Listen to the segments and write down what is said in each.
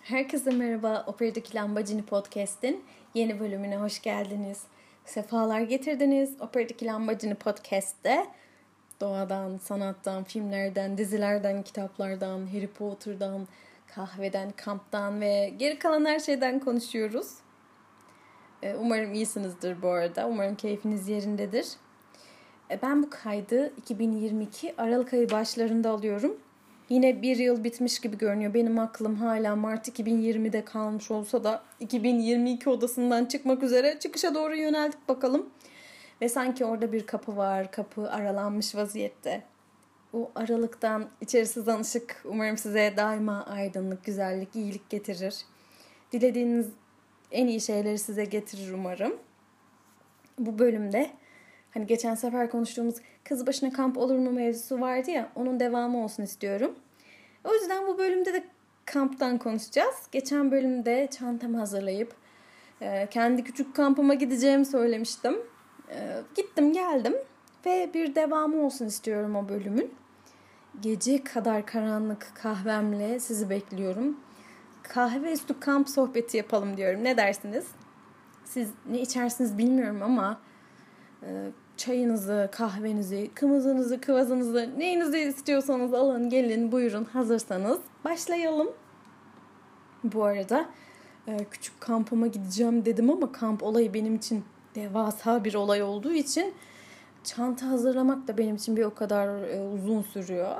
Herkese merhaba, Operadaki Lambacini Podcast'in yeni bölümüne hoş geldiniz. Sefalar getirdiniz. Operadaki Lambacini Podcast'te doğadan, sanattan, filmlerden, dizilerden, kitaplardan, Harry Potter'dan, kahveden, kamptan ve geri kalan her şeyden konuşuyoruz. Umarım iyisinizdir bu arada. Umarım keyfiniz yerindedir. Ben bu kaydı 2022 Aralık ayı başlarında alıyorum. Yine bir yıl bitmiş gibi görünüyor. Benim aklım hala Mart 2020'de kalmış olsa da 2022 odasından çıkmak üzere çıkışa doğru yöneldik bakalım. Ve sanki orada bir kapı var. Kapı aralanmış vaziyette. O aralıktan içeri sızan ışık umarım size daima aydınlık, güzellik, iyilik getirir. Dilediğiniz en iyi şeyleri size getirir umarım. Bu bölümde hani geçen sefer konuştuğumuz kız başına kamp olur mu mevzusu vardı ya, onun devamı olsun istiyorum. O yüzden bu bölümde de kamptan konuşacağız. Geçen bölümde çantamı hazırlayıp kendi küçük kampıma gideceğimi söylemiştim. Gittim geldim ve bir devamı olsun istiyorum o bölümün. Gece kadar karanlık kahvemle sizi bekliyorum. Kahve üstü kamp sohbeti yapalım diyorum. Ne dersiniz? Siz ne içersiniz bilmiyorum ama çayınızı, kahvenizi, kımızınızı, kıvazınızı, neyinizi istiyorsanız alın, gelin, buyurun, hazırsanız başlayalım. Bu arada küçük kampıma gideceğim dedim ama kamp olayı benim için devasa bir olay olduğu için çanta hazırlamak da benim için bir o kadar uzun sürüyor.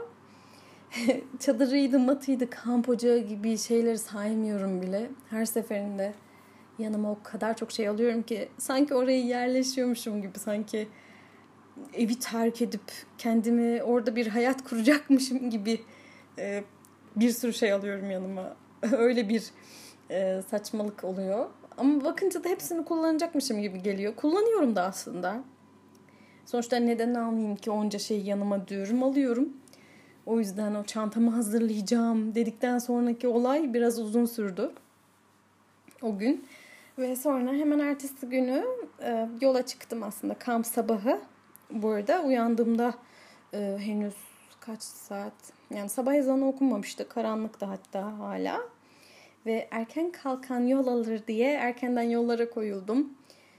Çadırıydı, matıydı, kamp ocağı gibi şeyleri saymıyorum bile. Her seferinde yanıma o kadar çok şey alıyorum ki sanki oraya yerleşiyormuşum gibi, sanki evi terk edip kendimi orada bir hayat kuracakmışım gibi bir sürü şey alıyorum yanıma. Öyle bir saçmalık oluyor. Ama bakınca da hepsini kullanacakmışım gibi geliyor. Kullanıyorum da aslında. Sonuçta neden almayayım ki onca şeyi yanıma diyorum, alıyorum. O yüzden o çantamı hazırlayacağım dedikten sonraki olay biraz uzun sürdü. O gün. Ve sonra hemen ertesi günü yola çıktım aslında kamp sabahı. Bu arada uyandığımda henüz kaç saat? Yani sabah ezanı okunmamıştı. Karanlıktı hatta hala. Ve erken kalkan yol alır diye erkenden yollara koyuldum.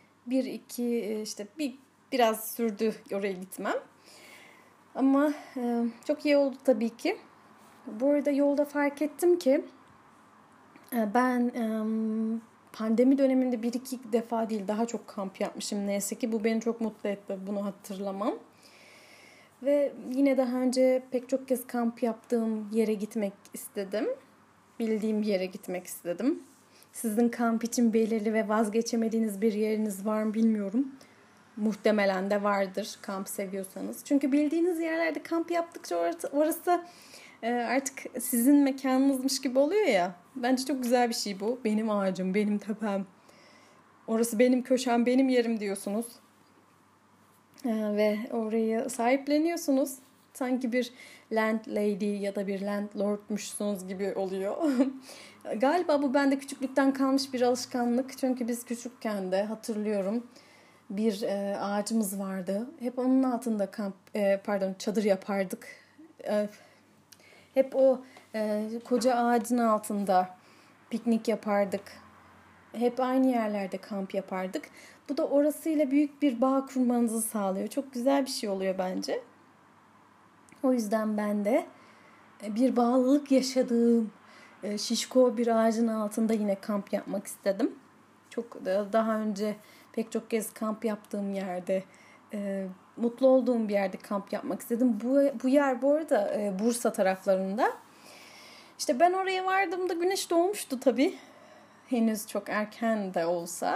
Biraz sürdü oraya gitmem. Ama çok iyi oldu tabii ki. Bu arada yolda fark ettim ki ben pandemi döneminde bir iki defa değil daha çok kamp yapmışım neyse ki. Bu beni çok mutlu etti, bunu hatırlamam. Ve yine daha önce pek çok kez kamp yaptığım yere gitmek istedim. Bildiğim bir yere gitmek istedim. Sizin kamp için belirli ve vazgeçemediğiniz bir yeriniz var mı bilmiyorum. Muhtemelen de vardır kamp seviyorsanız. Çünkü bildiğiniz yerlerde kamp yaptıkça orası artık sizin mekanınızmış gibi oluyor ya. Bence çok güzel bir şey bu. Benim ağacım, benim tepem. Orası benim köşem, benim yerim diyorsunuz. Ve orayı sahipleniyorsunuz. Sanki bir landlady ya da bir landlordmuşsunuz gibi oluyor. Galiba bu bende küçüklükten kalmış bir alışkanlık. Çünkü biz küçükken de hatırlıyorum bir ağacımız vardı. Hep onun altında çadır yapardık. Hep o koca ağacın altında piknik yapardık. Hep aynı yerlerde kamp yapardık. Bu da orasıyla büyük bir bağ kurmanızı sağlıyor. Çok güzel bir şey oluyor bence. O yüzden ben de bir bağlılık yaşadığım şişko bir ağacın altında yine kamp yapmak istedim. Çok daha önce pek çok kez kamp yaptığım yerde, mutlu olduğum bir yerde kamp yapmak istedim. Bu yer bu arada Bursa taraflarında. İşte ben oraya vardığımda güneş doğmuştu tabii. Henüz çok erken de olsa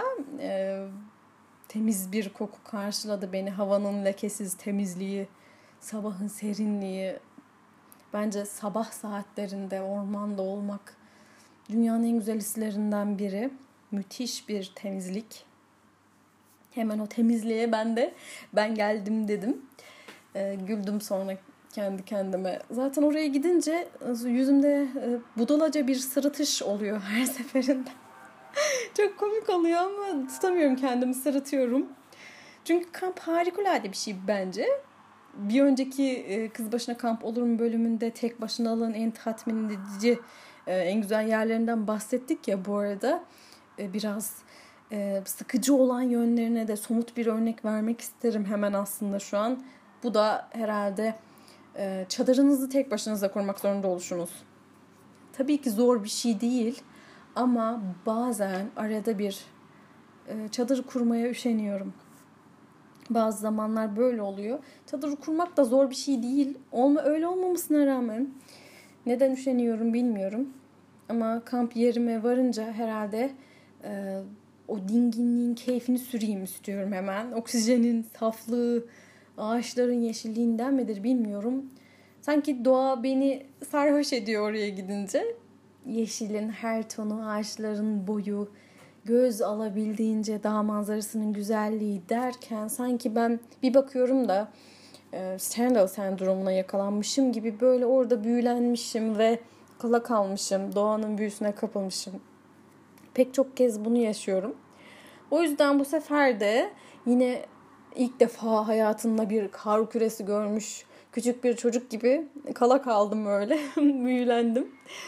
temiz bir koku karşıladı beni. Havanın lekesiz temizliği, sabahın serinliği. Bence sabah saatlerinde ormanda olmak dünyanın en güzel hislerinden biri. Müthiş bir temizlik. Hemen o temizliğe ben geldim dedim. Güldüm sonra kendi kendime. Zaten oraya gidince yüzümde budalaca bir sırıtış oluyor her seferinde. Çok komik oluyor ama tutamıyorum kendimi, sırıtıyorum. Çünkü kamp harikulade bir şey bence. Bir önceki kız başına kamp olur mu bölümünde tek başına alın en tatmin edici en güzel yerlerinden bahsettik ya bu arada. Biraz sıkıcı olan yönlerine de somut bir örnek vermek isterim hemen aslında şu an. Bu da herhalde çadırınızı tek başınıza kurmak zorunda oluşunuz. Tabii ki zor bir şey değil ama bazen arada bir çadır kurmaya üşeniyorum. Bazı zamanlar böyle oluyor. Çadır kurmak da zor bir şey değil. Öyle olmamasına rağmen neden üşeniyorum bilmiyorum. Ama kamp yerime varınca herhalde o dinginliğin keyfini süreyim istiyorum hemen. Oksijenin saflığı, ağaçların yeşilliğinden midir bilmiyorum. Sanki doğa beni sarhoş ediyor oraya gidince. Yeşilin her tonu, ağaçların boyu, göz alabildiğince dağ manzarasının güzelliği derken sanki ben bir bakıyorum da Stendhal sendromuna yakalanmışım gibi böyle orada büyülenmişim ve kala kalmışım. Doğanın büyüsüne kapılmışım. Pek çok kez bunu yaşıyorum. O yüzden bu sefer de yine ilk defa hayatımda bir kar küresi görmüş küçük bir çocuk gibi kala kaldım öyle. Büyülendim.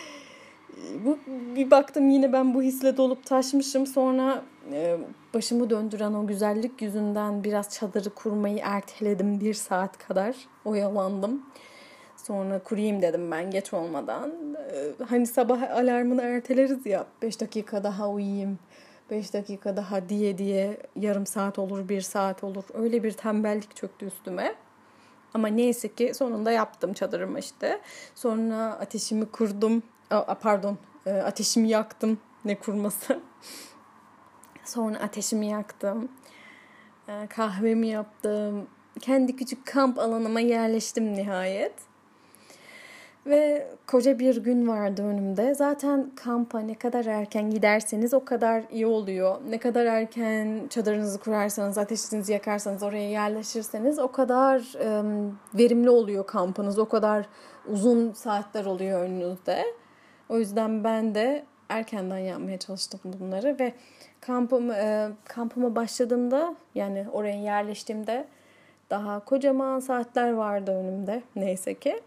Bir baktım yine ben bu hisle dolup taşmışım. Sonra başımı döndüren o güzellik yüzünden biraz çadırı kurmayı erteledim 1 saat kadar. Oyalandım. Sonra kurayım dedim ben geç olmadan. Hani sabah alarmını erteleriz ya. 5 dakika daha uyuyayım. 5 dakika daha diye yarım saat olur, 1 saat olur. Öyle bir tembellik çöktü üstüme. Ama neyse ki sonunda yaptım çadırımı işte. Sonra ateşimi kurdum. Ateşimi yaktım. Ne kurması. Sonra ateşimi yaktım. Kahvemi yaptım. Kendi küçük kamp alanıma yerleştim nihayet. Ve koca bir gün vardı önümde. Zaten kampa ne kadar erken giderseniz o kadar iyi oluyor. Ne kadar erken çadırınızı kurarsanız, ateşinizi yakarsanız, oraya yerleşirseniz o kadar verimli oluyor kampınız. O kadar uzun saatler oluyor önünüzde. O yüzden ben de erkenden yapmaya çalıştım bunları ve kampıma başladığımda, yani oraya yerleştiğimde daha kocaman saatler vardı önümde neyse ki.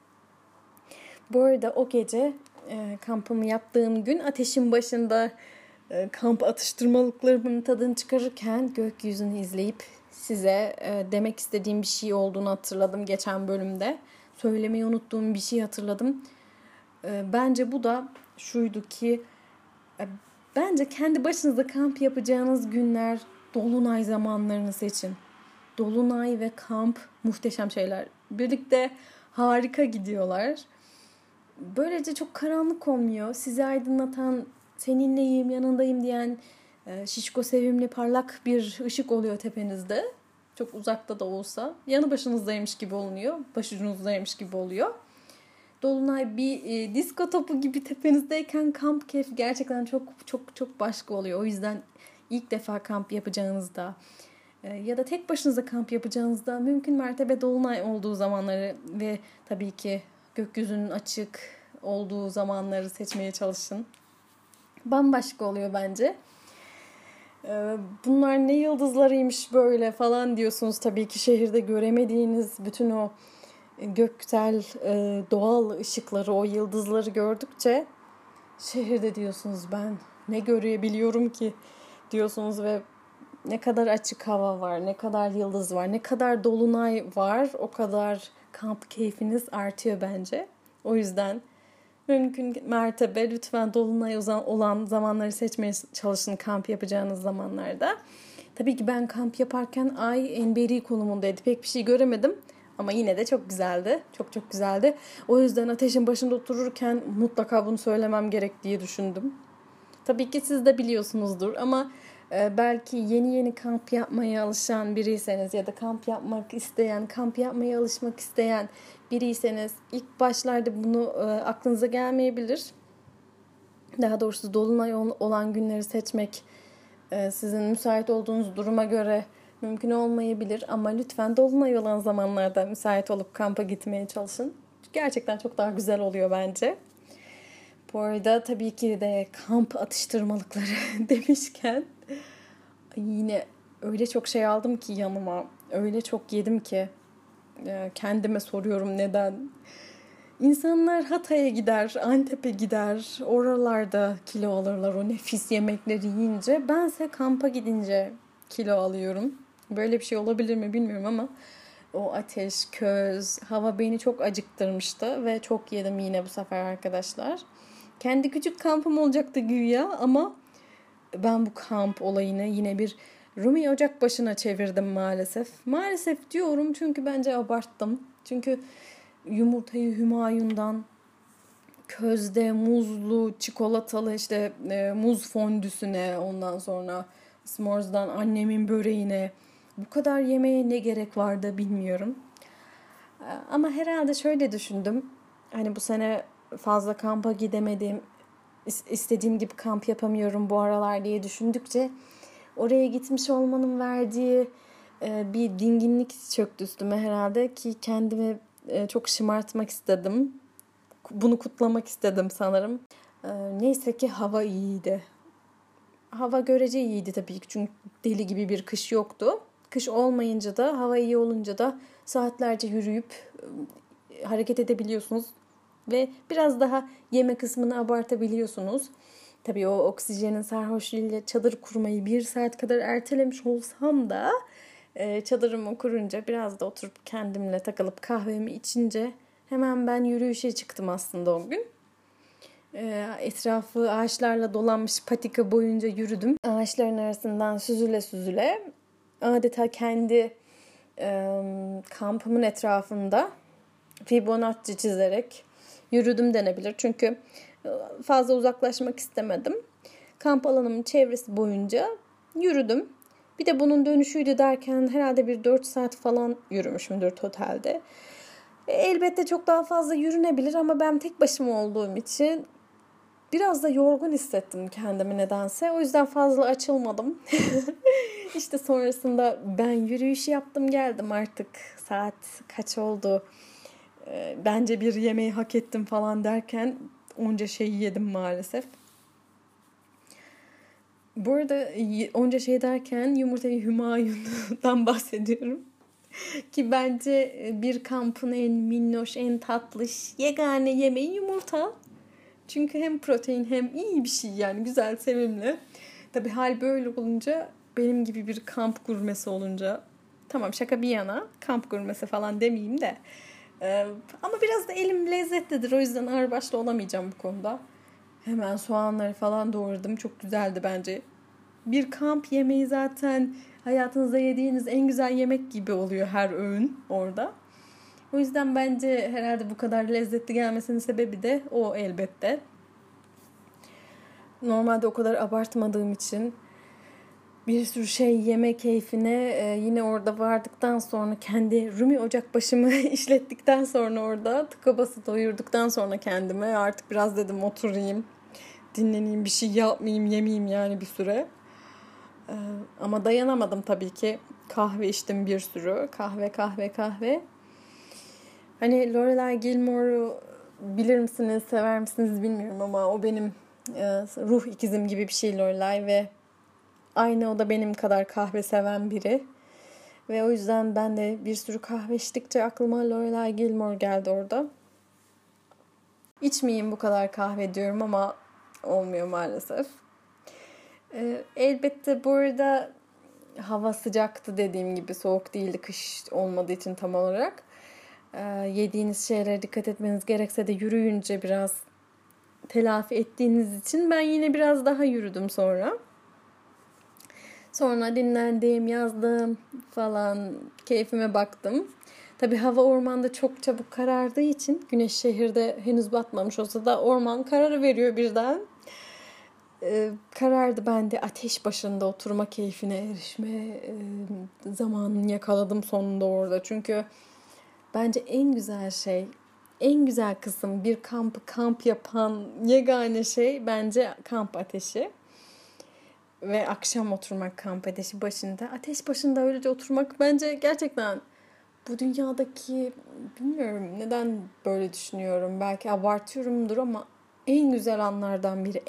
Bu arada o gece kampımı yaptığım gün ateşin başında kamp atıştırmalıklarımın tadını çıkarırken gökyüzünü izleyip size demek istediğim bir şey olduğunu hatırladım geçen bölümde. Söylemeyi unuttuğum bir şey hatırladım. Bence bu da şuydu ki bence kendi başınıza kamp yapacağınız günler dolunay zamanlarını seçin. Dolunay ve kamp muhteşem şeyler. Birlikte harika gidiyorlar. Böylece çok karanlık olmuyor. Sizi aydınlatan, seninleyim, yanındayım diyen şişko, sevimli, parlak bir ışık oluyor tepenizde. Çok uzakta da olsa. Yanı başınızdaymış gibi oluyor. Başucunuzdaymış gibi oluyor. Dolunay bir disko topu gibi tepenizdeyken kamp keyfi gerçekten çok çok çok başka oluyor. O yüzden ilk defa kamp yapacağınızda ya da tek başınıza kamp yapacağınızda mümkün mertebe dolunay olduğu zamanları ve tabii ki gökyüzünün açık olduğu zamanları seçmeye çalışın. Bambaşka oluyor bence. Bunlar ne yıldızlarıymış böyle falan diyorsunuz. Tabii ki şehirde göremediğiniz bütün o göksel doğal ışıkları, o yıldızları gördükçe şehirde diyorsunuz ben ne görebiliyorum ki diyorsunuz ve ne kadar açık hava var, ne kadar yıldız var, ne kadar dolunay var, o kadar kamp keyfiniz artıyor bence. O yüzden mümkün mertebe lütfen dolunay olan zamanları seçmeye çalışın kamp yapacağınız zamanlarda. Tabii ki ben kamp yaparken ay enberi konumundaydı. Pek bir şey göremedim ama yine de çok güzeldi. Çok çok güzeldi. O yüzden ateşin başında otururken mutlaka bunu söylemem gerek diye düşündüm. Tabii ki siz de biliyorsunuzdur ama belki yeni kamp yapmaya alışan biriyseniz ya da kamp yapmak isteyen, kamp yapmaya alışmak isteyen biriyseniz ilk başlarda bunu aklınıza gelmeyebilir. Daha doğrusu dolunay olan günleri seçmek sizin müsait olduğunuz duruma göre mümkün olmayabilir ama lütfen dolunay olan zamanlarda müsait olup kampa gitmeye çalışın. Gerçekten çok daha güzel oluyor bence. Bu arada tabii ki de kamp atıştırmalıkları demişken yine öyle çok şey aldım ki yanıma. Öyle çok yedim ki kendime soruyorum neden. İnsanlar Hatay'a gider, Antep'e gider, oralarda kilo alırlar o nefis yemekleri yiyince. Bense kampa gidince kilo alıyorum. Böyle bir şey olabilir mi bilmiyorum ama o ateş, köz, hava beni çok acıktırmıştı ve çok yedim yine bu sefer arkadaşlar. Kendi küçük kampım olacaktı güya ama ben bu kamp olayını yine bir Rumi Ocakbaşı'na çevirdim maalesef. Maalesef diyorum çünkü bence abarttım. Çünkü yumurtayı Hümayun'dan, közde muzlu, çikolatalı işte muz fondüsüne, ondan sonra s'mores'dan annemin böreğine, bu kadar yemeğe ne gerek vardı bilmiyorum. Ama herhalde şöyle düşündüm. Hani bu sene fazla kampa gidemedim, istediğim gibi kamp yapamıyorum bu aralar diye düşündükçe oraya gitmiş olmanın verdiği bir dinginlik çöktü üstüme herhalde ki kendimi çok şımartmak istedim. Bunu kutlamak istedim sanırım. Neyse ki hava iyiydi. Hava görece iyiydi tabii ki çünkü deli gibi bir kış yoktu. Kış olmayınca da, hava iyi olunca da saatlerce yürüyüp hareket edebiliyorsunuz. Ve biraz daha yeme kısmını abartabiliyorsunuz. Tabii o oksijenin sarhoşluğuyla çadır kurmayı 1 saat kadar ertelemiş olsam da çadırımı kurunca biraz da oturup kendimle takılıp kahvemi içince hemen ben yürüyüşe çıktım aslında o gün. Etrafı ağaçlarla dolanmış patika boyunca yürüdüm. Ağaçların arasından süzüle süzüle adeta kendi kampımın etrafında Fibonacci çizerek yürüdüm denebilir. Çünkü fazla uzaklaşmak istemedim. Kamp alanımın çevresi boyunca yürüdüm. Bir de bunun dönüşüydü derken herhalde bir 4 saat falan yürümüşümdür totalde. Elbette çok daha fazla yürünebilir ama ben tek başıma olduğum için biraz da yorgun hissettim kendimi nedense. O yüzden fazla açılmadım. İşte sonrasında ben yürüyüş yaptım geldim artık. Saat kaç oldu? Bence bir yemeği hak ettim falan derken onca şeyi yedim maalesef. Bu arada onca şey derken yumurtayı Hümayun'dan bahsediyorum. Ki bence bir kampın en minnoş, en tatlış, yegane yemeği yumurta. Çünkü hem protein hem iyi bir şey yani güzel, sevimli. Tabii hal böyle olunca benim gibi bir kamp gurmesi olunca tamam şaka bir yana kamp gurmesi falan demeyeyim de ama biraz da elim lezzetlidir o yüzden ağırbaşlı olamayacağım bu konuda. Hemen soğanları falan doğradım. Çok güzeldi bence. Bir kamp yemeği zaten hayatınızda yediğiniz en güzel yemek gibi oluyor her öğün orada. O yüzden bence herhalde bu kadar lezzetli gelmesinin sebebi de o elbette. Normalde o kadar abartmadığım için bir sürü şey yeme keyfine yine orada vardıktan sonra kendi Rumi Ocakbaşımı işlettikten sonra orada tıka basa doyurduktan sonra kendime artık biraz dedim oturayım, dinleneyim, bir şey yapmayayım, yemeyeyim yani bir süre. Ama dayanamadım tabii ki. Kahve içtim bir sürü. Kahve. Hani Lorelai Gilmore'u bilir misiniz, sever misiniz bilmiyorum ama o benim ruh ikizim gibi bir şey Lorelai ve aynı o da benim kadar kahve seven biri. Ve o yüzden ben de bir sürü kahve içtikçe aklıma Lorelai Gilmore geldi orada. İçmeyeyim bu kadar kahve diyorum ama olmuyor maalesef. Elbette bu arada hava sıcaktı dediğim gibi, soğuk değildi, kış olmadığı için tam olarak. Yediğiniz şeylere dikkat etmeniz gerekse de yürüyünce biraz telafi ettiğiniz için ben yine biraz daha yürüdüm sonra. Sonra dinlendim, yazdım falan, keyfime baktım. Tabii hava ormanda çok çabuk karardığı için güneş şehirde henüz batmamış olsa da orman kararı veriyor birden. Karardı, ben de ateş başında oturma keyfine erişme zamanını yakaladım sonunda orada. Çünkü bence en güzel şey, en güzel kısım bir kampı kamp yapan yegane şey bence kamp ateşi. Ve akşam oturmak kamp ateşi başında. Ateş başında öylece oturmak bence gerçekten bu dünyadaki, bilmiyorum neden böyle düşünüyorum. Belki abartıyorumdur ama en güzel anlardan biri.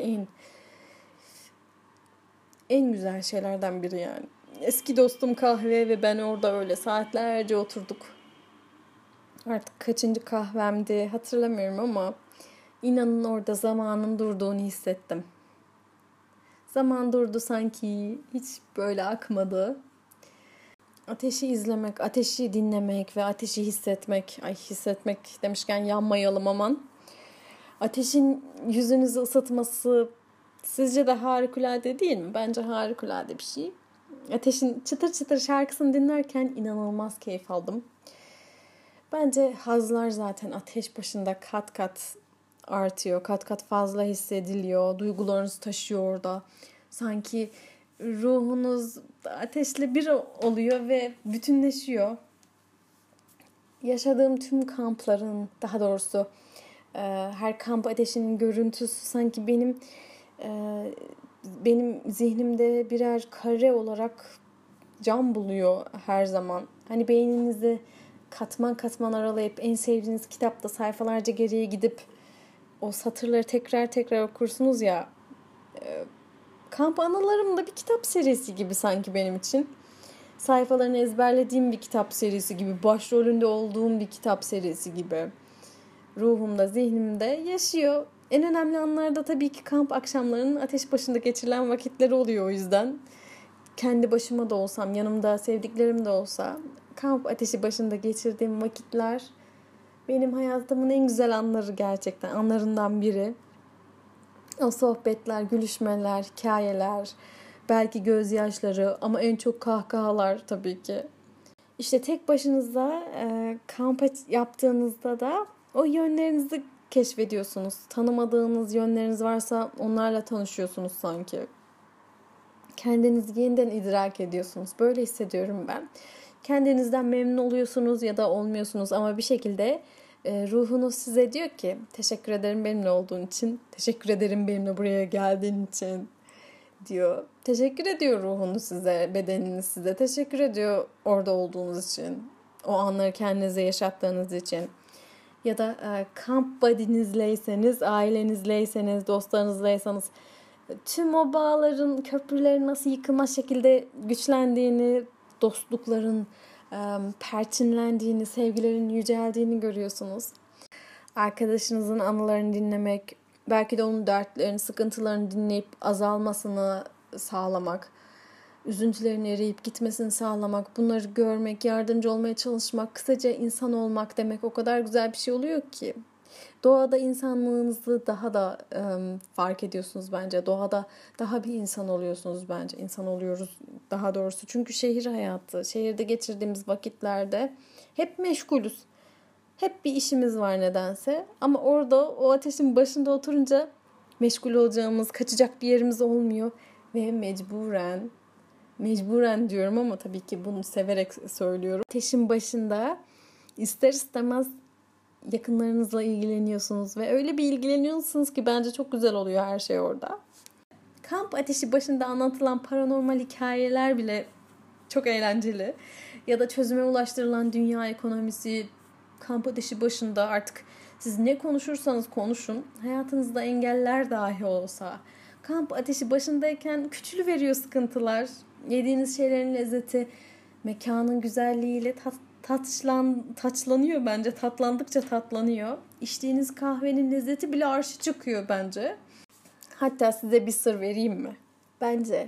En güzel şeylerden biri yani. Eski dostum kahve ve ben orada öyle saatlerce oturduk. Artık kaçıncı kahvemdi hatırlamıyorum ama inanın orada zamanın durduğunu hissettim. Zaman durdu sanki, hiç böyle akmadı. Ateşi izlemek, ateşi dinlemek ve ateşi hissetmek. Ay, hissetmek demişken yanmayalım aman. Ateşin yüzünüzü ısıtması sizce de harikulade değil mi? Bence harikulade bir şey. Ateşin çıtır çıtır şarkısını dinlerken inanılmaz keyif aldım. Bence hazlar zaten ateş başında kat kat artıyor. Kat kat fazla hissediliyor. Duygularınız taşıyor orada. Sanki ruhunuz ateşle bir oluyor ve bütünleşiyor. Yaşadığım tüm kampların, daha doğrusu her kamp ateşinin görüntüsü sanki benim zihnimde birer kare olarak can buluyor her zaman. Hani beyninizi katman katman aralayıp en sevdiğiniz kitapta sayfalarca geriye gidip o satırları tekrar tekrar okursunuz ya. Kamp anılarım da bir kitap serisi gibi sanki benim için. Sayfalarını ezberlediğim bir kitap serisi gibi, başrolünde olduğum bir kitap serisi gibi. Ruhumda, zihnimde yaşıyor. En önemli anlarda tabii ki kamp akşamlarının ateş başında geçirilen vakitleri oluyor o yüzden. Kendi başıma da olsam, yanımda sevdiklerim de olsa, kamp ateşi başında geçirdiğim vakitler benim hayatımın en güzel anları gerçekten. Anlarından biri. O sohbetler, gülüşmeler, hikayeler, belki gözyaşları ama en çok kahkahalar tabii ki. İşte tek başınıza kamp yaptığınızda da o yönlerinizi keşfediyorsunuz. Tanımadığınız yönleriniz varsa onlarla tanışıyorsunuz sanki. Kendinizi yeniden idrak ediyorsunuz. Böyle hissediyorum ben. Kendinizden memnun oluyorsunuz ya da olmuyorsunuz ama bir şekilde ruhunuz size diyor ki teşekkür ederim benimle olduğun için. Teşekkür ederim benimle buraya geldiğin için diyor. Teşekkür ediyor ruhunuz size, bedeniniz size. Teşekkür ediyor orada olduğunuz için. O anları kendinize yaşattığınız için. Ya da kamp buddy'nizleyseniz, ailenizleyseniz, dostlarınızlaysanız tüm o bağların, köprülerin nasıl yıkılmaz şekilde güçlendiğini, dostlukların perçinlendiğini, sevgilerin yüceldiğini görüyorsunuz. Arkadaşınızın anılarını dinlemek, belki de onun dertlerini, sıkıntılarını dinleyip azalmasını sağlamak, üzüntülerin eriyip gitmesini sağlamak, bunları görmek, yardımcı olmaya çalışmak, kısaca insan olmak demek o kadar güzel bir şey oluyor ki. Doğada insanlığınızı daha da fark ediyorsunuz bence. Doğada daha bir insan oluyorsunuz bence. İnsan oluyoruz daha doğrusu. Çünkü şehir hayatı, şehirde geçirdiğimiz vakitlerde hep meşgulüz. Hep bir işimiz var nedense. Ama orada o ateşin başında oturunca meşgul olacağımız, kaçacak bir yerimiz olmuyor. Ve mecburen diyorum ama tabii ki bunu severek söylüyorum. Ateşin başında ister istemez yakınlarınızla ilgileniyorsunuz ve öyle bir ilgileniyorsunuz ki bence çok güzel oluyor her şey orada. Kamp ateşi başında anlatılan paranormal hikayeler bile çok eğlenceli. Ya da çözüme ulaştırılan dünya ekonomisi, kamp ateşi başında artık siz ne konuşursanız konuşun, hayatınızda engeller dahi olsa, kamp ateşi başındayken küçülüveriyor sıkıntılar. Yediğiniz şeylerin lezzeti, mekanın güzelliğiyle taçlanıyor bence. Tatlandıkça tatlanıyor. İçtiğiniz kahvenin lezzeti bile arşı çıkıyor bence. Hatta size bir sır vereyim mi? Bence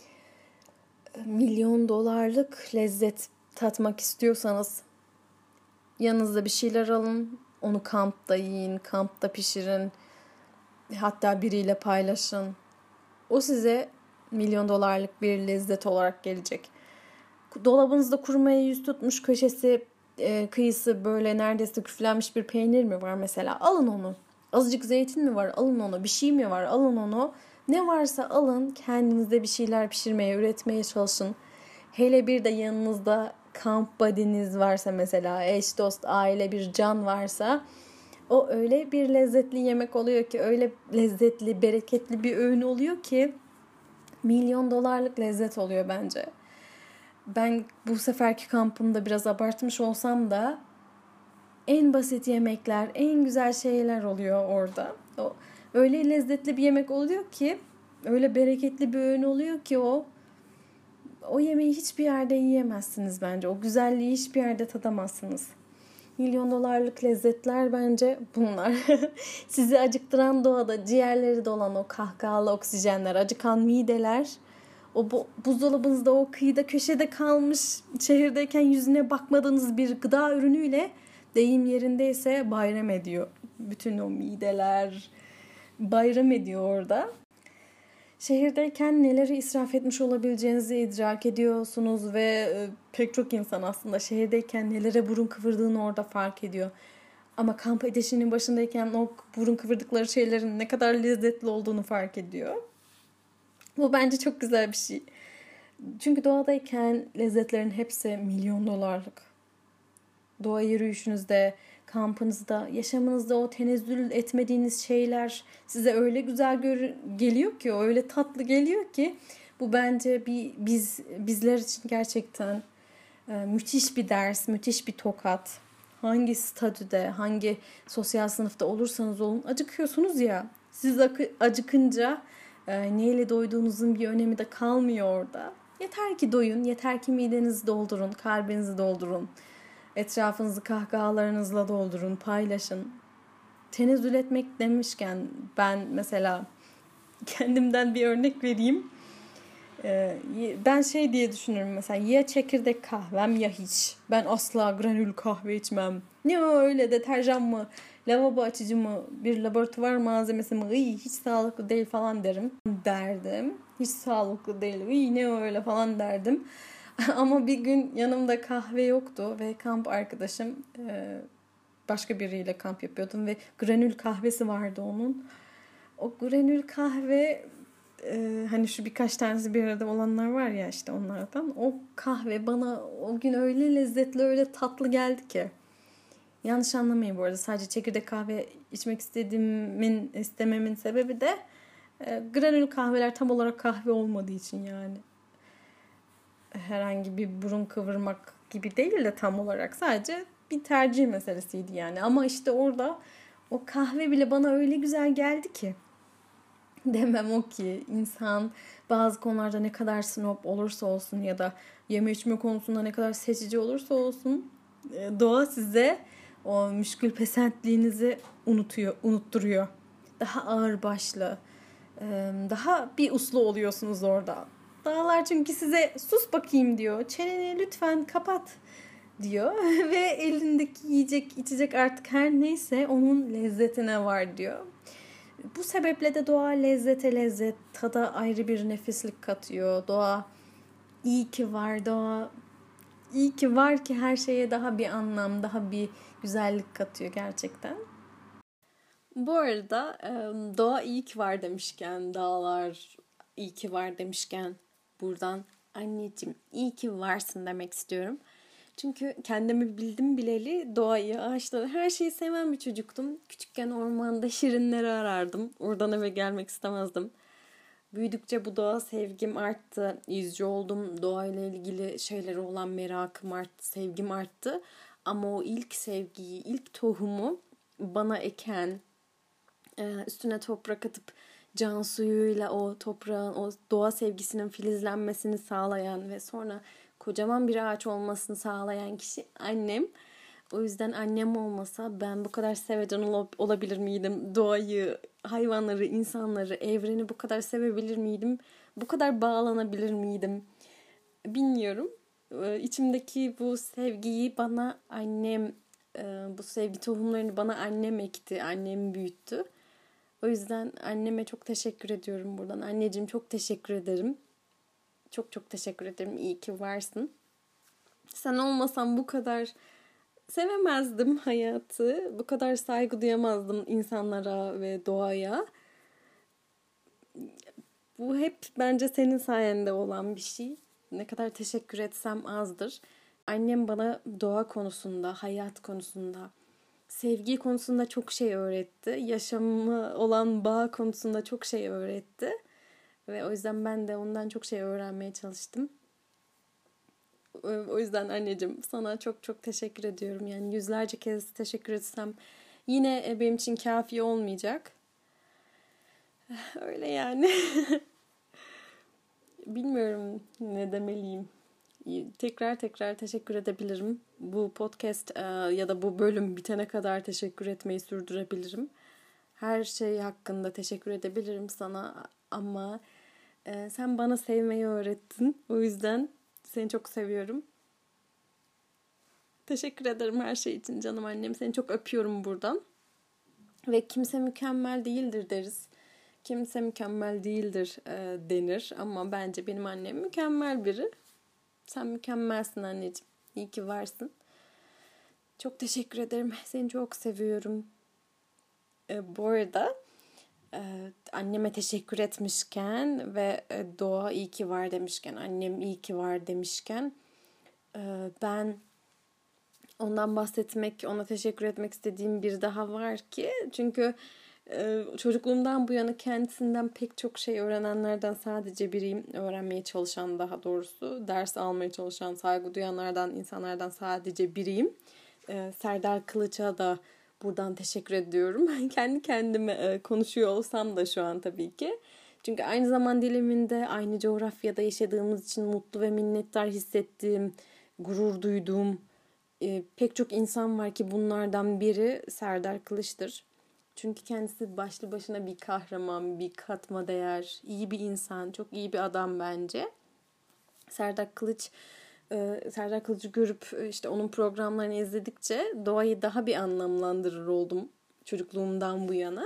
milyon dolarlık lezzet tatmak istiyorsanız yanınızda bir şeyler alın. Onu kampta yiyin, kampta pişirin. Hatta biriyle paylaşın. O size milyon dolarlık bir lezzet olarak gelecek. Dolabınızda kurumaya yüz tutmuş köşesi, kıyısı böyle neredeyse küflenmiş bir peynir mi var mesela? Alın onu. Azıcık zeytin mi var? Alın onu. Bir şey mi var? Alın onu. Ne varsa alın. Kendinizde bir şeyler pişirmeye, üretmeye çalışın. Hele bir de yanınızda kamp buddy'niz varsa mesela, eş, dost, aile, bir can varsa o öyle bir lezzetli yemek oluyor ki, öyle lezzetli, bereketli bir öğün oluyor ki milyon dolarlık lezzet oluyor bence. Ben bu seferki kampımda biraz abartmış olsam da en basit yemekler, en güzel şeyler oluyor orada. Öyle lezzetli bir yemek oluyor ki, öyle bereketli bir öğün oluyor ki o yemeği hiçbir yerde yiyemezsiniz bence. O güzelliği hiçbir yerde tadamazsınız. Milyon dolarlık lezzetler bence bunlar. Sizi acıktıran doğada ciğerleri dolan o kahkahalı oksijenler, acıkan mideler, o buzdolabınızda o kıyıda köşede kalmış, şehirdeyken yüzüne bakmadığınız bir gıda ürünüyle deyim yerindeyse bayram ediyor. Bütün o mideler bayram ediyor orada. Şehirdeyken neleri israf etmiş olabileceğinizi idrak ediyorsunuz ve pek çok insan aslında şehirdeyken nelere burun kıvırdığını orada fark ediyor. Ama kamp ateşinin başındayken o burun kıvırdıkları şeylerin ne kadar lezzetli olduğunu fark ediyor. Bu bence çok güzel bir şey. Çünkü doğadayken lezzetlerin hepsi milyon dolarlık. Doğa yürüyüşünüzde, kampınızda, yaşamınızda o tenezzül etmediğiniz şeyler size öyle güzel geliyor ki, öyle tatlı geliyor ki bu bence bizler için gerçekten müthiş bir ders, müthiş bir tokat. Hangi statüde, hangi sosyal sınıfta olursanız olun acıkıyorsunuz ya. Siz acıkınca neyle doyduğunuzun bir önemi de kalmıyor orada. Yeter ki doyun, yeter ki midenizi doldurun, kalbinizi doldurun. Etrafınızı kahkahalarınızla doldurun, paylaşın. Tenezzül etmek demişken ben mesela kendimden bir örnek vereyim. Ben şey diye düşünürüm mesela, ya çekirdek kahvem ya hiç. Ben asla granül kahve içmem. Ne o öyle, deterjan mı, lavabo açıcı mı, bir laboratuvar malzemesi mi, hiç sağlıklı değil falan derdim. Hiç sağlıklı değil, ne o öyle falan derdim. Ama bir gün yanımda kahve yoktu ve kamp arkadaşım başka biriyle kamp yapıyordum ve granül kahvesi vardı onun. O granül kahve hani şu birkaç tanesi bir arada olanlar var ya, işte onlardan. O kahve bana o gün öyle lezzetli, öyle tatlı geldi ki. Yanlış anlamayın bu arada, sadece çekirdek kahve içmek istememin sebebi de granül kahveler tam olarak kahve olmadığı için yani. Herhangi bir burun kıvırmak gibi değil de tam olarak sadece bir tercih meselesiydi yani. Ama işte orada o kahve bile bana öyle güzel geldi ki. Demem o ki insan bazı konularda ne kadar snob olursa olsun ya da yeme içme konusunda ne kadar seçici olursa olsun doğa size o müşkül pesentliğinizi unutturuyor. Daha ağırbaşlı, daha bir uslu oluyorsunuz orada. Dağlar çünkü size sus bakayım diyor. Çeneni lütfen kapat diyor. Ve elindeki yiyecek içecek artık her neyse onun lezzetine var diyor. Bu sebeple de doğa lezzete lezzet, tada ayrı bir nefislik katıyor. Doğa iyi ki var, doğa iyi ki var ki her şeye daha bir anlam, daha bir güzellik katıyor gerçekten. Bu arada doğa iyi ki var demişken, dağlar iyi ki var demişken buradan anneciğim iyi ki varsın demek istiyorum. Çünkü kendimi bildim bileli doğayı, ağaçları, her şeyi seven bir çocuktum. Küçükken ormanda şirinleri arardım. Oradan eve gelmek istemezdim. Büyüdükçe bu doğa sevgim arttı. İzci oldum. Doğayla ilgili şeylere olan merakım arttı, sevgim arttı. Ama o ilk sevgiyi, ilk tohumu bana eken, üstüne toprak atıp can suyuyla o toprağın, o doğa sevgisinin filizlenmesini sağlayan ve sonra kocaman bir ağaç olmasını sağlayan kişi annem. O yüzden annem olmasa ben bu kadar sevecen olabilir miydim? Doğayı, hayvanları, insanları, evreni bu kadar sevebilir miydim? Bu kadar bağlanabilir miydim? Bilmiyorum. İçimdeki bu sevgiyi bana annem, bu sevgi tohumlarını bana annem ekti, annem büyüttü. O yüzden anneme çok teşekkür ediyorum buradan. Anneciğim çok teşekkür ederim. Çok çok teşekkür ederim. İyi ki varsın. Sen olmasan bu kadar sevemezdim hayatı. Bu kadar saygı duyamazdım insanlara ve doğaya. Bu hep bence senin sayende olan bir şey. Ne kadar teşekkür etsem azdır. Annem bana doğa konusunda, hayat konusunda, sevgi konusunda çok şey öğretti. Yaşamı olan bağ konusunda çok şey öğretti. Ve o yüzden ben de ondan çok şey öğrenmeye çalıştım. O yüzden anneciğim sana çok çok teşekkür ediyorum. Yani yüzlerce kez teşekkür etsem yine benim için kafi olmayacak. Öyle yani. Bilmiyorum ne demeliyim. Tekrar teşekkür edebilirim. Bu podcast ya da bu bölüm bitene kadar teşekkür etmeyi sürdürebilirim. Her şey hakkında teşekkür edebilirim sana ama sen bana sevmeyi öğrettin. O yüzden seni çok seviyorum. Teşekkür ederim her şey için canım annem. Seni çok öpüyorum buradan. Ve kimse mükemmel değildir deriz. Kimse mükemmel değildir denir. Ama bence benim annem mükemmel biri. Sen mükemmelsin anneciğim. İyi ki varsın. Çok teşekkür ederim. Seni çok seviyorum. Bu arada anneme teşekkür etmişken ve doğa iyi ki var demişken, annem iyi ki var demişken ben ondan bahsetmek, ona teşekkür etmek istediğim bir daha var ki. Çünkü çocukluğumdan bu yana kendisinden pek çok şey öğrenenlerden sadece biriyim. Öğrenmeye çalışan, daha doğrusu ders almaya çalışan, saygı duyanlardan, insanlardan sadece biriyim. Serdar Kılıç'a da buradan teşekkür ediyorum. Kendi kendime konuşuyor olsam da şu an tabii ki. Çünkü aynı zaman diliminde, aynı coğrafyada yaşadığımız için mutlu ve minnettar hissettiğim, gurur duyduğum pek çok insan var ki bunlardan biri Serdar Kılıç'tır. Çünkü kendisi başlı başına bir kahraman, bir katma değer, iyi bir insan, çok iyi bir adam bence. Serdar Kılıç'ı görüp işte onun programlarını izledikçe doğayı daha bir anlamlandırır oldum çocukluğumdan bu yana.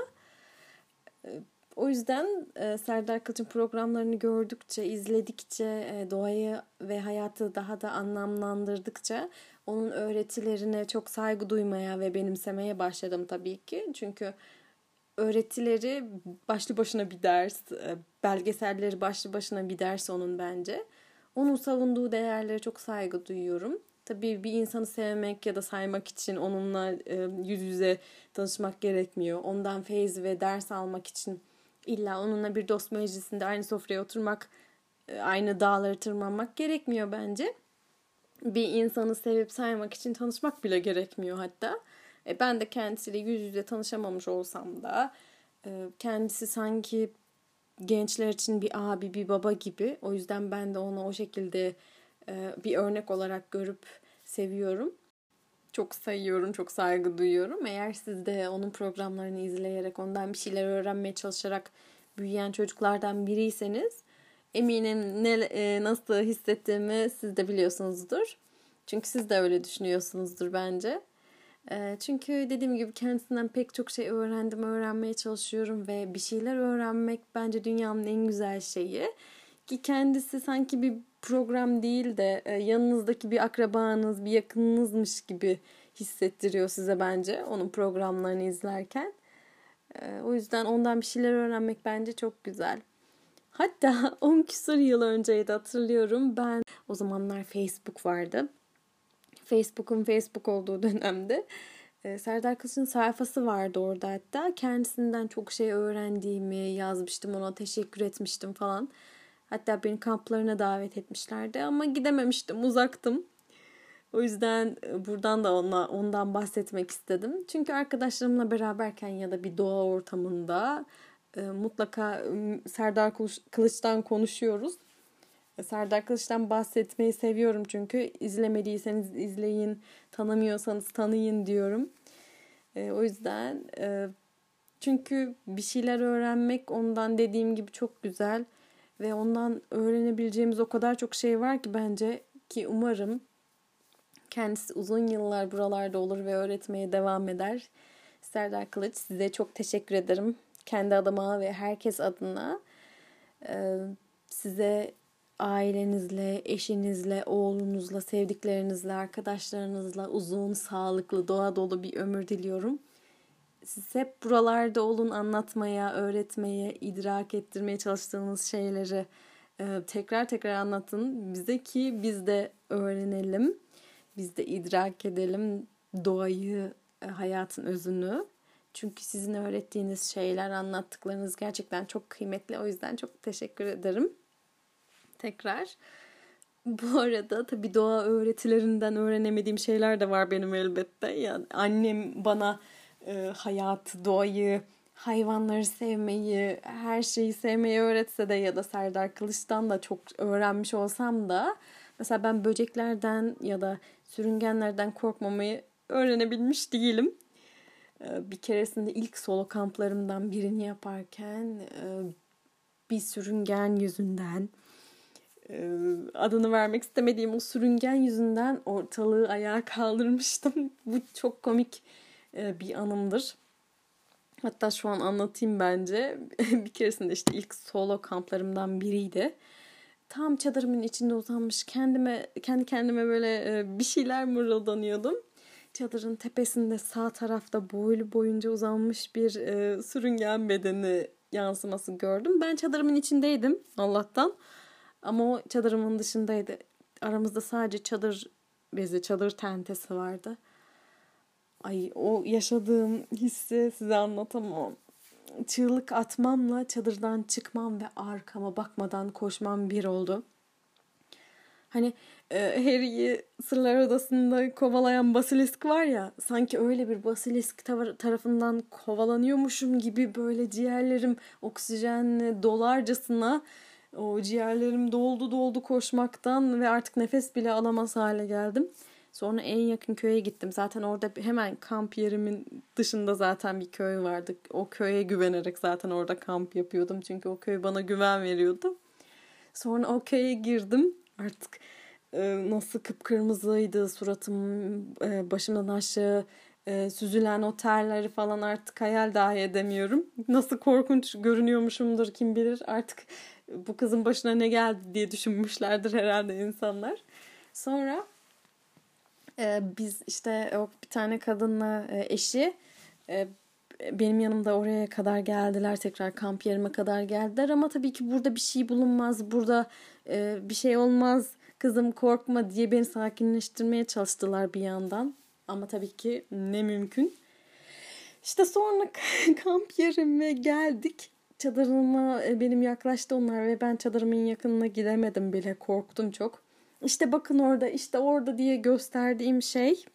O yüzden Serdar Kılıç'ın programlarını gördükçe, izledikçe, doğayı ve hayatı daha da anlamlandırdıkça onun öğretilerine çok saygı duymaya ve benimsemeye başladım tabii ki. Çünkü öğretileri başlı başına bir ders, belgeselleri başlı başına bir ders onun bence. Onun savunduğu değerlere çok saygı duyuyorum. Tabii bir insanı sevmek ya da saymak için onunla yüz yüze tanışmak gerekmiyor. Ondan feyz ve ders almak için illa onunla bir dost meclisinde aynı sofraya oturmak, aynı dağları tırmanmak gerekmiyor bence. Bir insanı sevip saymak için tanışmak bile gerekmiyor hatta. Ben de kendisiyle yüz yüze tanışamamış olsam da kendisi sanki gençler için bir abi, bir baba gibi. O yüzden ben de onu o şekilde bir örnek olarak görüp seviyorum. Çok sayıyorum, çok saygı duyuyorum. Eğer siz de onun programlarını izleyerek, ondan bir şeyler öğrenmeye çalışarak büyüyen çocuklardan biriyseniz eminim nasıl hissettiğimi siz de biliyorsunuzdur. Çünkü siz de öyle düşünüyorsunuzdur bence. Çünkü dediğim gibi kendisinden pek çok şey öğrendim, öğrenmeye çalışıyorum ve bir şeyler öğrenmek bence dünyanın en güzel şeyi. Ki kendisi sanki bir program değil de yanınızdaki bir akrabanız, bir yakınınızmış gibi hissettiriyor size bence onun programlarını izlerken. O yüzden ondan bir şeyler öğrenmek bence çok güzel. Hatta 10 küsur yıl önceydi hatırlıyorum. Ben o zamanlar Facebook vardı. Facebook'un Facebook olduğu dönemde Serdar Kılıç'ın sayfası vardı orada hatta. Kendisinden çok şey öğrendiğimi yazmıştım, ona teşekkür etmiştim falan. Hatta beni kamplarına davet etmişlerdi ama gidememiştim, uzaktım. O yüzden buradan da ondan bahsetmek istedim. Çünkü arkadaşlarımla beraberken ya da bir doğa ortamında mutlaka Serdar Kılıç'tan konuşuyoruz. Serdar Kılıç'tan bahsetmeyi seviyorum çünkü izlemediyseniz izleyin, tanımıyorsanız tanıyın diyorum. O yüzden çünkü bir şeyler öğrenmek ondan dediğim gibi çok güzel ve ondan öğrenebileceğimiz o kadar çok şey var ki bence ki umarım kendisi uzun yıllar buralarda olur ve öğretmeye devam eder. Serdar Kılıç, size çok teşekkür ederim. Kendi adıma ve herkes adına size ailenizle, eşinizle, oğlunuzla, sevdiklerinizle, arkadaşlarınızla uzun, sağlıklı, doğa dolu bir ömür diliyorum. Siz hep buralarda olun, anlatmaya, öğretmeye, idrak ettirmeye çalıştığınız şeyleri tekrar tekrar anlatın bize ki biz de öğrenelim. Biz de idrak edelim doğayı, hayatın özünü. Çünkü sizin öğrettiğiniz şeyler, anlattıklarınız gerçekten çok kıymetli. O yüzden çok teşekkür ederim. Tekrar. Bu arada tabii doğa öğretilerinden öğrenemediğim şeyler de var benim elbette. Yani annem bana hayatı, doğayı, hayvanları sevmeyi, her şeyi sevmeyi öğretse de ya da Serdar Kılıç'tan da çok öğrenmiş olsam da Mesela ben böceklerden ya da sürüngenlerden korkmamayı öğrenebilmiş değilim. Bir keresinde ilk solo kamplarımdan birini yaparken bir sürüngen yüzünden, adını vermek istemediğim o sürüngen yüzünden ortalığı ayağa kaldırmıştım. Bu çok komik bir anımdır. Hatta şu an anlatayım bence. Bir keresinde işte ilk solo kamplarımdan biriydi. Tam çadırımın içinde uzanmış kendi kendime böyle bir şeyler mırıldanıyordum. Çadırın tepesinde sağ tarafta boylu boyunca uzanmış bir sürüngen bedeni yansıması gördüm. Ben çadırımın içindeydim Allah'tan. Ama o çadırımın dışındaydı. Aramızda sadece çadır bezi, çadır tentesi vardı. Ay, o yaşadığım hissi size anlatamam. Çığlık atmamla çadırdan çıkmam ve arkama bakmadan koşmam bir oldu. Hani Harry'i Sırlar Odası'nda kovalayan basilisk var ya, sanki öyle bir basilisk tarafından kovalanıyormuşum gibi böyle ciğerlerim oksijenle dolarcasına, o ciğerlerim doldu koşmaktan ve artık nefes bile alamaz hale geldim. Sonra en yakın köye gittim. Zaten orada hemen kamp yerimin dışında zaten bir köy vardı. O köye güvenerek zaten orada kamp yapıyordum. Çünkü o köy bana güven veriyordu. Sonra o köye girdim. Artık nasıl kıpkırmızıydı suratım, başımdan aşağı süzülen o terleri falan artık hayal dahi edemiyorum. Nasıl korkunç görünüyormuşumdur kim bilir. Artık bu kızın başına ne geldi diye düşünmüşlerdir herhalde insanlar. Sonra biz işte o bir tane kadınla eşi benim yanımda oraya kadar geldiler. Tekrar kamp yerime kadar geldiler. Ama tabii ki burada bir şey bulunmaz. Burada bir şey olmaz. Kızım korkma diye beni sakinleştirmeye çalıştılar bir yandan. Ama tabii ki ne mümkün. İşte sonra kamp yerime geldik. Çadırıma benim yaklaştı onlar ve ben çadırımın yakınına gidemedim bile. Korktum çok. İşte bakın orada, işte orada diye gösterdiğim şey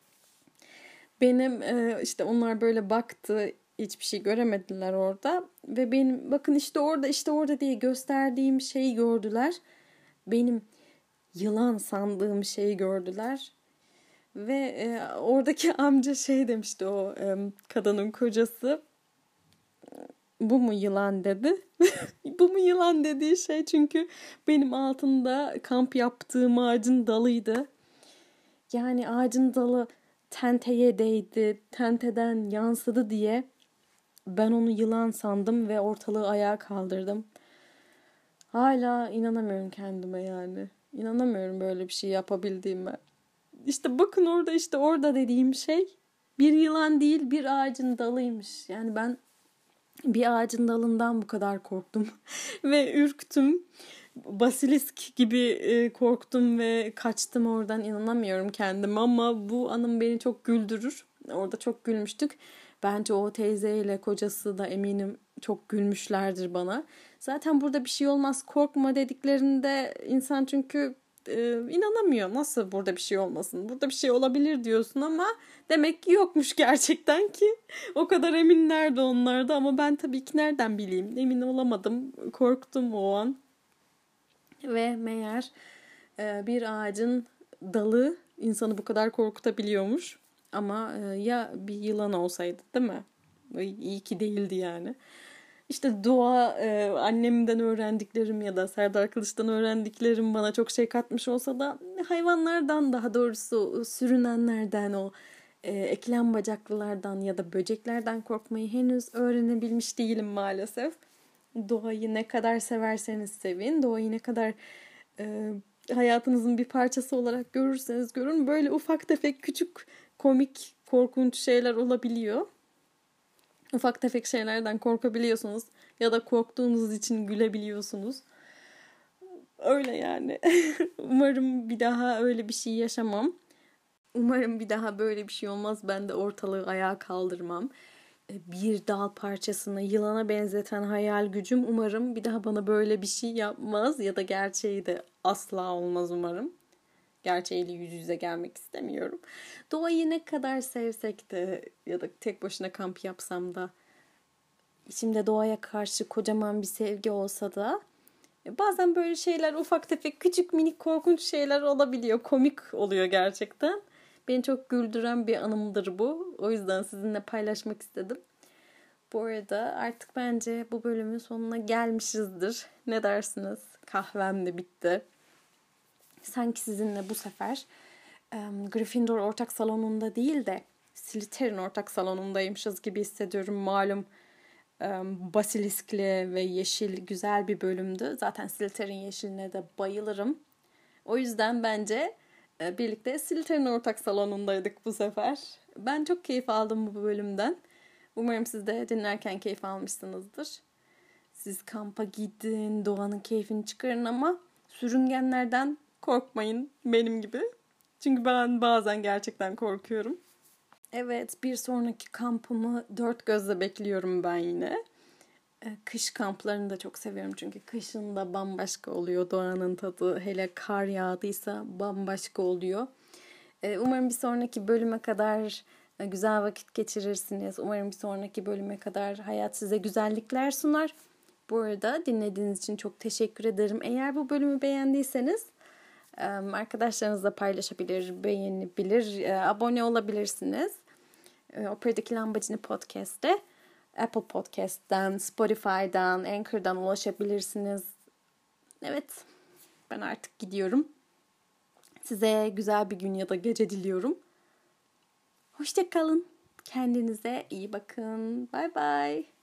benim, işte onlar böyle baktı, hiçbir şey göremediler orada ve benim bakın işte orada diye gösterdiğim şeyi gördüler. Benim yılan sandığım şeyi gördüler ve oradaki amca şey demişti, o kadının kocası, bu mu yılan dedi. Bu mu yılan dediği şey, çünkü benim altında kamp yaptığım ağacın dalıydı. Yani ağacın dalı tenteye değdi, tenteden yansıdı diye ben onu yılan sandım ve ortalığı ayağa kaldırdım. Hala inanamıyorum kendime yani. İnanamıyorum böyle bir şey yapabildiğime. İşte bakın orada, işte orada dediğim şey bir yılan değil, bir ağacın dalıymış. Yani ben bir ağacın dalından bu kadar korktum ve ürktüm. Basilisk gibi korktum ve kaçtım oradan, inanamıyorum kendime, ama bu anım beni çok güldürür. Orada çok gülmüştük. Bence o teyzeyle kocası da eminim çok gülmüşlerdir bana. Zaten burada bir şey olmaz, korkma dediklerinde insan çünkü inanamıyor. Nasıl burada bir şey olmasın? Burada bir şey olabilir diyorsun ama demek ki yokmuş gerçekten ki. O kadar eminlerdi onlar da, ama ben tabii ki nereden bileyim? Emin olamadım. Korktum o an. Ve meğer bir ağacın dalı insanı bu kadar korkutabiliyormuş. Ama ya bir yılan olsaydı, değil mi? İyi ki değildi yani. İşte doğa, annemden öğrendiklerim ya da Serdar Kılıç'tan öğrendiklerim bana çok şey katmış olsa da hayvanlardan, daha doğrusu sürünenlerden, o eklem bacaklılardan ya da böceklerden korkmayı henüz öğrenebilmiş değilim maalesef. Doğayı ne kadar severseniz sevin, doğayı ne kadar hayatınızın bir parçası olarak görürseniz görün, böyle ufak tefek küçük komik korkunç şeyler olabiliyor. Ufak tefek şeylerden korkabiliyorsunuz ya da korktuğunuz için gülebiliyorsunuz. Öyle yani. Umarım bir daha öyle bir şey yaşamam. Umarım bir daha böyle bir şey olmaz. Ben de ortalığı ayağa kaldırmam. Bir dal parçasını yılana benzeten hayal gücüm umarım bir daha bana böyle bir şey yapmaz, ya da gerçeği de asla olmaz umarım. Gerçeğiyle yüz yüze gelmek istemiyorum. Doğayı ne kadar sevsek de ya da tek başına kamp yapsam da içimde doğaya karşı kocaman bir sevgi olsa da Bazen böyle şeyler ufak tefek küçük minik korkunç şeyler olabiliyor. Komik oluyor gerçekten. Beni çok güldüren bir anımdır bu. O yüzden sizinle paylaşmak istedim. Bu arada artık bence bu bölümün sonuna gelmişizdir. Ne dersiniz? Kahvem de bitti. Sanki sizinle bu sefer Gryffindor ortak salonunda değil de Slytherin ortak salonundaymışız gibi hissediyorum. Malum basiliskli ve yeşil güzel bir bölümdü. Zaten Slytherin yeşiline de bayılırım. O yüzden bence birlikte Slytherin ortak salonundaydık bu sefer. Ben çok keyif aldım bu bölümden. Umarım siz de dinlerken keyif almışsınızdır. Siz kampa gidin, doğanın keyfini çıkarın ama sürüngenlerden korkmayın benim gibi. Çünkü ben bazen gerçekten korkuyorum. Evet, bir sonraki kampımı dört gözle bekliyorum ben yine. Kış kamplarını da çok seviyorum çünkü kışın da bambaşka oluyor doğanın tadı. Hele kar yağdıysa bambaşka oluyor. Umarım bir sonraki bölüme kadar güzel vakit geçirirsiniz. Umarım bir sonraki bölüme kadar hayat size güzellikler sunar. Bu arada dinlediğiniz için çok teşekkür ederim. Eğer bu bölümü beğendiyseniz arkadaşlarınızla paylaşabilir, beğenebilir, abone olabilirsiniz. Operadaki Lambacini Podcast'te Apple Podcast'ten, Spotify'dan, Anchor'dan ulaşabilirsiniz. Evet, ben artık gidiyorum. Size güzel bir gün ya da gece diliyorum. Hoşça kalın. Kendinize iyi bakın. Bye bye.